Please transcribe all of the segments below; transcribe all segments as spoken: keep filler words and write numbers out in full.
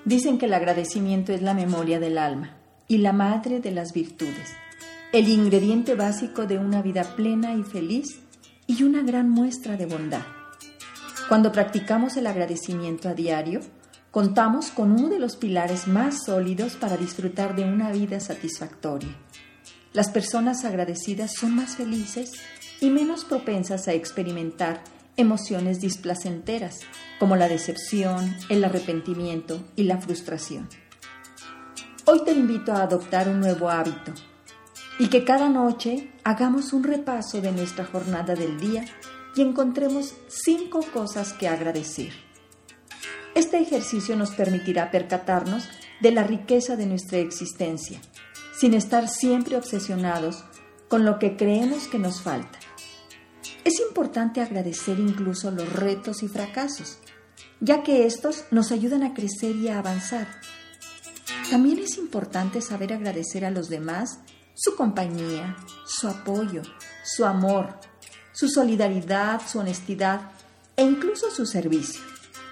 Dicen que el agradecimiento es la memoria del alma y la madre de las virtudes, el ingrediente básico de una vida plena y feliz y una gran muestra de bondad. Cuando practicamos el agradecimiento a diario, contamos con uno de los pilares más sólidos para disfrutar de una vida satisfactoria. Las personas agradecidas son más felices y menos propensas a experimentar emociones displacenteras, como la decepción, el arrepentimiento y la frustración. Hoy te invito a adoptar un nuevo hábito y que cada noche hagamos un repaso de nuestra jornada del día y encontremos cinco cosas que agradecer. Este ejercicio nos permitirá percatarnos de la riqueza de nuestra existencia, sin estar siempre obsesionados con lo que creemos que nos falta. Es importante agradecer incluso los retos y fracasos, ya que estos nos ayudan a crecer y a avanzar. También es importante saber agradecer a los demás su compañía, su apoyo, su amor, su solidaridad, su honestidad e incluso su servicio.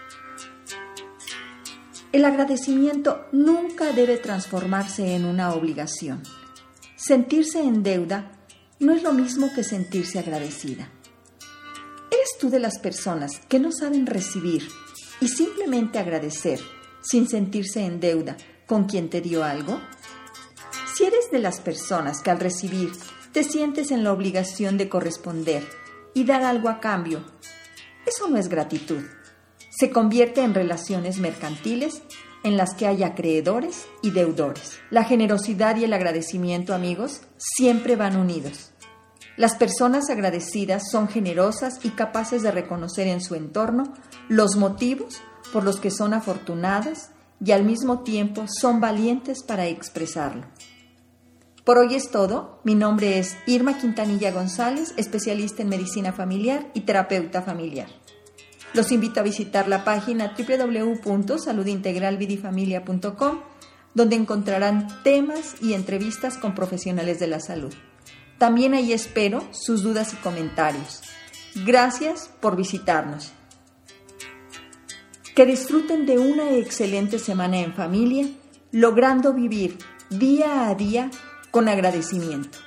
El agradecimiento nunca debe transformarse en una obligación. Sentirse en deuda no es lo mismo que sentirse agradecida. ¿Eres tú de las personas que no saben recibir y simplemente agradecer sin sentirse en deuda con quien te dio algo? Si eres de las personas que al recibir te sientes en la obligación de corresponder y dar algo a cambio, eso no es gratitud. Se convierte en relaciones mercantiles en las que hay acreedores y deudores. La generosidad y el agradecimiento, amigos, siempre van unidos. Las personas agradecidas son generosas y capaces de reconocer en su entorno los motivos por los que son afortunadas y al mismo tiempo son valientes para expresarlo. Por hoy es todo. Mi nombre es Irma Quintanilla González, especialista en medicina familiar y terapeuta familiar. Los invito a visitar la página doble u doble u doble u punto salud integral vida y familia punto com, donde encontrarán temas y entrevistas con profesionales de la salud. También ahí espero sus dudas y comentarios. Gracias por visitarnos. Que disfruten de una excelente semana en familia, logrando vivir día a día con agradecimiento.